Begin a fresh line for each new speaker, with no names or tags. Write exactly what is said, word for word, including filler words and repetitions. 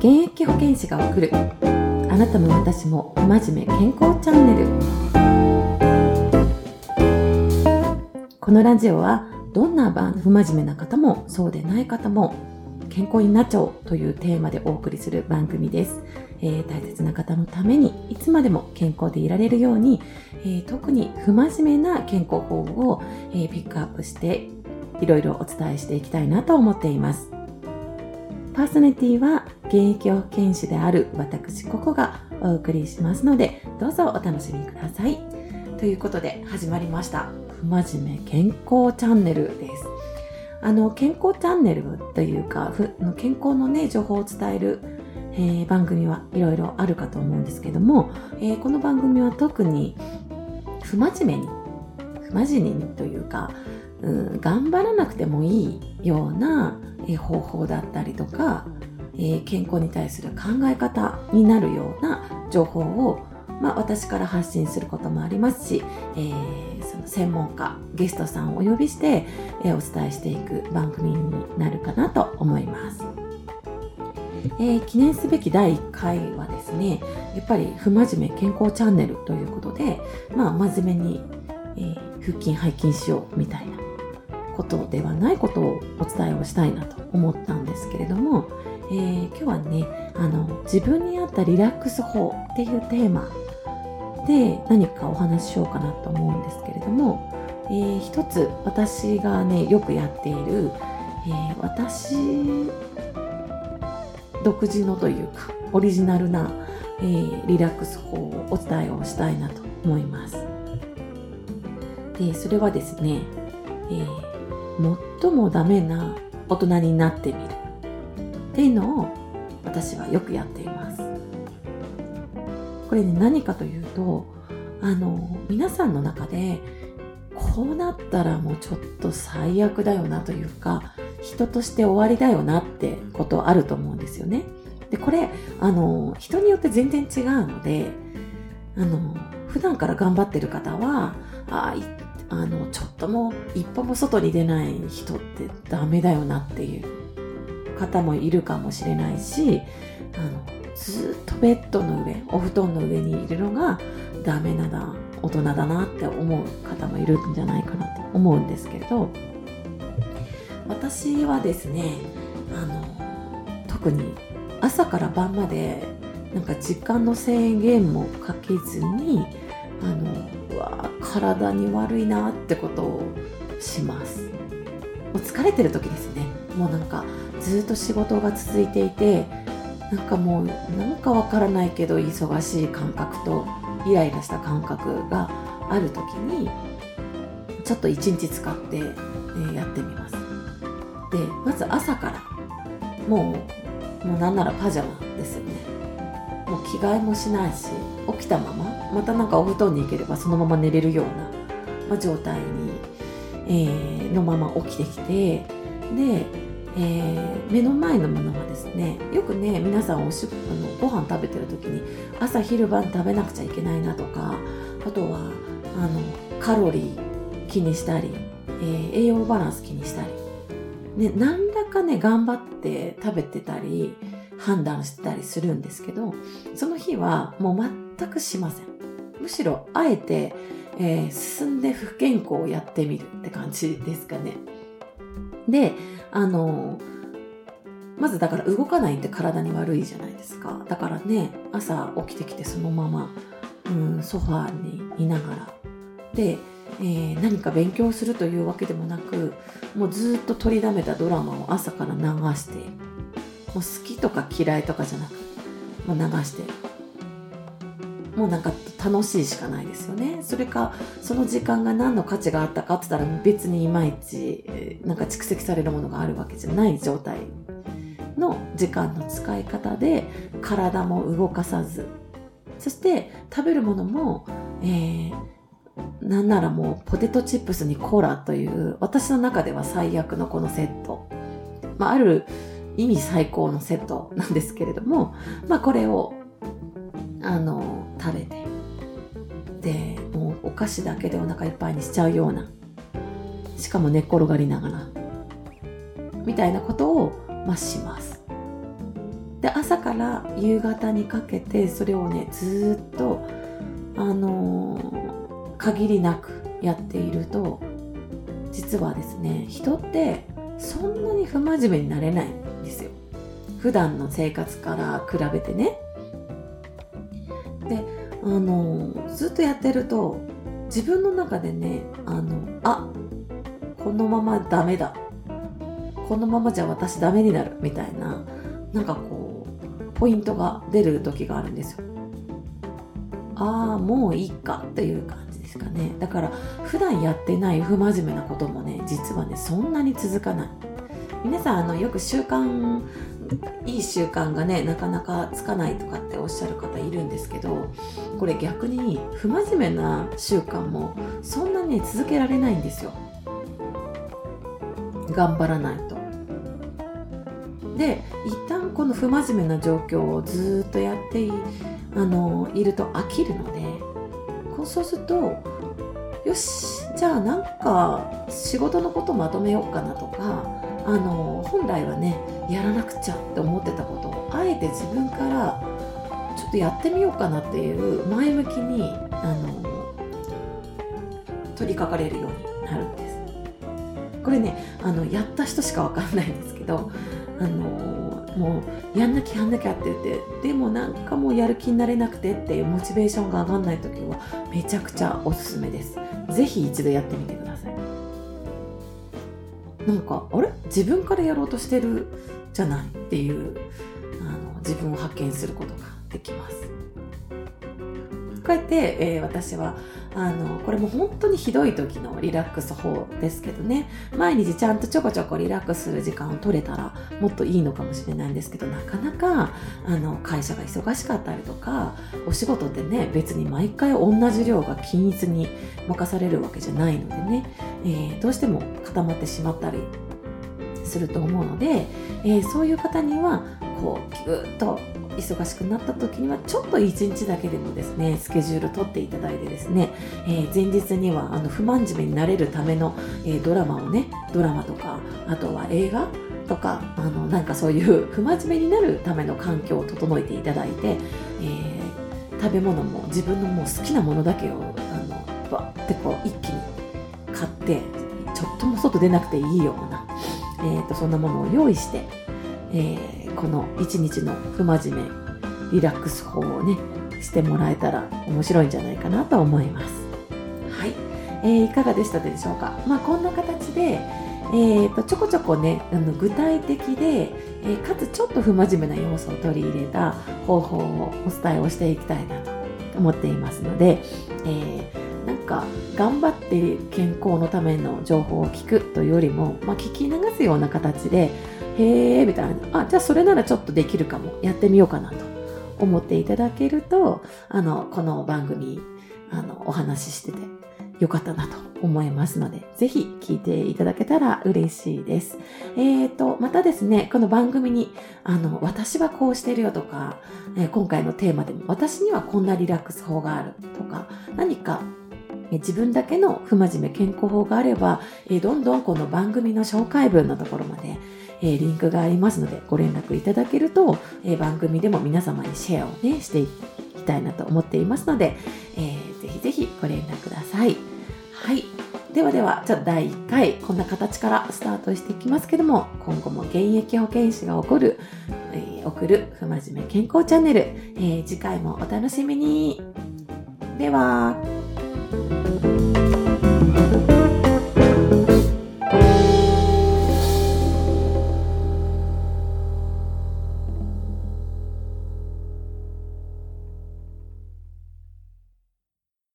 現役保健師が送るあなたも私も不真面目健康チャンネル。このラジオはどんな不真面目な方もそうでない方も健康になっちゃおうというテーマでお送りする番組です。えー、大切な方のためにいつまでも健康でいられるように、えー、特に不真面目な健康法を、えー、ピックアップしていろいろお伝えしていきたいなと思っています。パーソナリティは現役保健師である私ココがお送りしますので、どうぞお楽しみください。ということで始まりました不真面目健康チャンネルです。あの健康チャンネルというか健康のね情報を伝える、えー、番組はいろいろあるかと思うんですけども、えー、この番組は特に不真面目に不真面目にというか、うん、頑張らなくてもいいような、えー、方法だったりとか、えー、健康に対する考え方になるような情報を、まあ、私から発信することもありますし、えー、その専門家ゲストさんをお呼びして、えー、お伝えしていく番組になるかなと思います。えー、記念すべきだいいっかいはですね、やっぱり不真面目健康チャンネルということで、まあ真面目に、えー、腹筋背筋しようみたいなことではないことをお伝えをしたいなと思ったんですけれども、えー、今日はね、あの自分に合ったリラックス法っていうテーマで何かお話ししようかなと思うんですけれども、えー、一つ私がねよくやっている、えー、私独自のというかオリジナルな、えー、リラックス法をお伝えをしたいなと思います。でそれはですね、えー、最もダメな大人になってみるっていうのを私はよくやっています。これね何かというと、あの皆さんの中でこうなったらもうちょっと最悪だよなというか人として終わりだよなってことあると思うんですよね。でこれあの人によって全然違うので、あの普段から頑張ってる方はああのちょっとも一歩も外に出ない人ってダメだよなっていう方もいるかもしれないし、あのずっとベッドの上お布団の上にいるのがダメなだ大人だなって思う方もいるんじゃないかなと思うんですけれど、私はですね、あの特に朝から晩までなんか時間の制限もかけずにあのうわ体に悪いなってことをします。もう疲れてる時ですね。もうなんかずっと仕事が続いていて、なんかもうなんかわからないけど忙しい感覚とイライラした感覚がある時にちょっと一日使って、えー、やってみます。でまず朝からもうもうなんならパジャマですよね。もう着替えもしないし起きたまままたなんかお布団に行ければそのまま寝れるような、まあ、状態に、えー、のまま起きてきて、でえー、目の前のものはですね、よくね皆さんおしあのご飯食べてる時に朝昼晩食べなくちゃいけないなとか、あとはあのカロリー気にしたり、えー、栄養バランス気にしたり、ね、何らかね頑張って食べてたり判断してたりするんですけど、その日はもう全くしません。むしろあえて、えー、進んで不健康をやってみるって感じですかね。であのまずだから動かないって体に悪いじゃないですか。だからね朝起きてきてそのまま、うん、ソファーにいながらで、えー、何か勉強するというわけでもなく、もうずっと取りだめたドラマを朝から流して、もう好きとか嫌いとかじゃなくもう流して、もうなんか楽しいしかないですよね。それかその時間が何の価値があったかって言ったら別にいまいちなんか蓄積されるものがあるわけじゃない状態の時間の使い方で体も動かさず、そして食べるものも、えー、なんならもうポテトチップスにコーラという私の中では最悪のこのセット、まあ、ある意味最高のセットなんですけれども、まあ、これをあの食べて、でもうお菓子だけでお腹いっぱいにしちゃうような、しかも寝っ転がりながらみたいなことを、まあ、します。 で朝から夕方にかけてそれをねずっとあのー、限りなくやっていると、実はですね、人ってそんなに不真面目になれないんですよ。普段の生活から比べてね。で、あのー、ずっとやってると自分の中でね、あのあこのままダメだ、このままじゃ私ダメになるみたいな、なんかこうポイントが出る時があるんですよ。ああもういいかっていう感じですかね。だから普段やってない不真面目なこともね、実はねそんなに続かない。皆さんあのよく習慣いい習慣がねなかなかつかないとかっておっしゃる方いるんですけど、これ逆に不真面目な習慣もそんなに、ね、続けられないんですよ。頑張らないと。で、一旦この不真面目な状況をずっとやっていあのいると飽きるので、こうそうするとよしじゃあなんか仕事のことまとめようかなとか、あの本来はねやらなくちゃって思ってたことをあえて自分からちょっとやってみようかなっていう前向きにあの取り掛かれるようになるんです。これねあのやった人しかわかんないんですけど、あのもうやんなきゃやんなきゃって言ってでもなんかもうやる気になれなくてっていうモチベーションが上がんないときはめちゃくちゃおすすめです。ぜひ一度やってみてください。なんかあれ自分からやろうとしてるじゃないっていうあの自分を発見することができます。こうやって、えー、私はあのこれも本当にひどい時のリラックス法ですけどね、毎日ちゃんとちょこちょこリラックスする時間を取れたらもっといいのかもしれないんですけど、なかなかあの会社が忙しかったりとか、お仕事でね別に毎回同じ量が均一に任されるわけじゃないのでね、えー、どうしても固まってしまったりすると思うので、えー、そういう方にはこうぎゅっと忙しくなった時にはちょっと一日だけでもですねスケジュール取っていただいてですね、えー、前日にはあの不真面目になれるための、えー、ドラマをねドラマとかあとは映画とかあのなんかそういう不真面目になるための環境を整えていただいて、えー、食べ物も自分のもう好きなものだけをあのバッてこう一気に買ってちょっとも外出なくていいような、えー、とそんなものを用意して、えー、この一日の不真面目リラックス法をねしてもらえたら面白いんじゃないかなと思います。はい、えー、いかがでしたでしょうか。まあこんな形で、えー、とちょこちょこねあの具体的で、えー、かつちょっと不真面目な要素を取り入れた方法をお伝えをしていきたいなと思っていますので、えーなんか頑張って健康のための情報を聞くというよりも、まあ、聞き流すような形でへーみたいな、あじゃあそれならちょっとできるかも、やってみようかなと思っていただけると、あのこの番組あのお話ししててよかったなと思いますので、ぜひ聞いていただけたら嬉しいです。えーと、またですね、この番組に、あの、私はこうしてるよとか、えー、今回のテーマでも私にはこんなリラックス法があるとか、何か自分だけの不真面目健康法があれば、えー、どんどんこの番組の紹介文のところまで、えー、リンクがありますのでご連絡いただけると、えー、番組でも皆様にシェアをねしていきたいなと思っていますので、えー、ぜひぜひご連絡ください。はい、ではではじゃあだいいっかいこんな形からスタートしていきますけども、今後も現役保健師が送る、えー、送る不真面目健康チャンネル、えー、次回もお楽しみに。では。